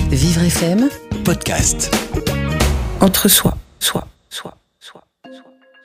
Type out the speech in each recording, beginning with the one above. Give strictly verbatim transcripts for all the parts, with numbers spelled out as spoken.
Vivre F M, podcast. Entre soi, soi, soi, soi, soi.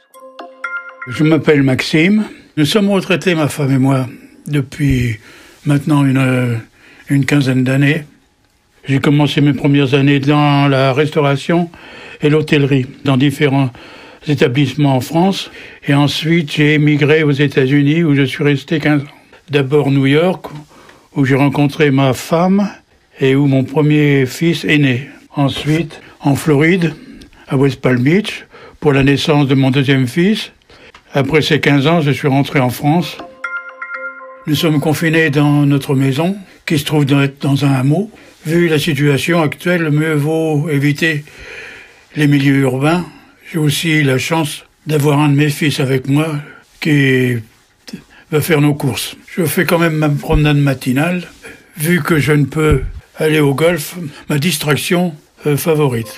Je m'appelle Maxime. Nous sommes retraités, ma femme et moi, depuis maintenant une, une quinzaine d'années. J'ai commencé mes premières années dans la restauration et l'hôtellerie, dans différents établissements en France. Et ensuite, j'ai émigré aux États-Unis, où je suis resté quinze ans. D'abord New York, où j'ai rencontré ma femme et où mon premier fils est né. Ensuite, en Floride, à West Palm Beach, pour la naissance de mon deuxième fils. Après ces quinze ans, je suis rentré en France. Nous sommes confinés dans notre maison, qui se trouve dans, dans un hameau. Vu la situation actuelle, mieux vaut éviter les milieux urbains. J'ai aussi la chance d'avoir un de mes fils avec moi, qui va faire nos courses. Je fais quand même ma promenade matinale, vu que je ne peux aller au golf, ma distraction euh, favorite.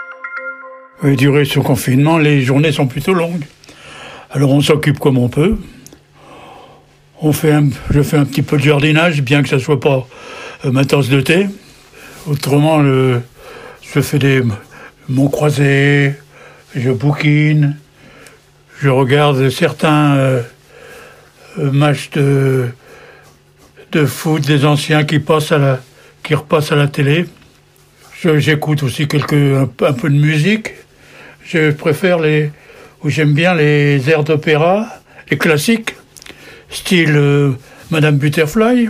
Et durant ce confinement, les journées sont plutôt longues. Alors on s'occupe comme on peut. On fait un, je fais un petit peu de jardinage, bien que ça ne soit pas euh, ma tasse de thé. Autrement, le, je fais des mots croisés, je bouquine, je regarde certains euh, matchs de, de foot des anciens qui passent à la, qui repassent à la télé. Je, j'écoute aussi quelques, un, un peu de musique. Je préfère les, ou j'aime bien les airs d'opéra, les classiques, style euh, Madame Butterfly.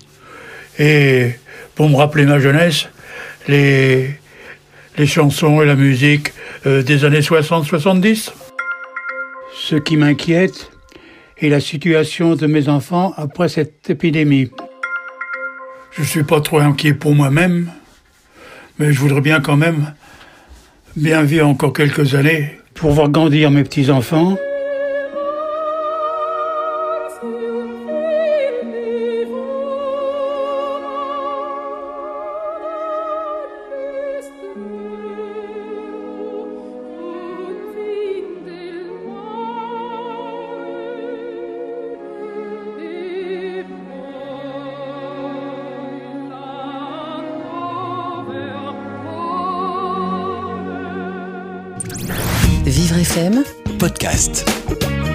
Et pour me rappeler ma jeunesse, les, les chansons et la musique euh, des années soixante soixante-dix. Ce qui m'inquiète est la situation de mes enfants après cette épidémie. Je ne suis pas trop inquiet pour moi-même, mais je voudrais bien quand même bien vivre encore quelques années pour voir grandir mes petits-enfants. Vivre F M, Podcast.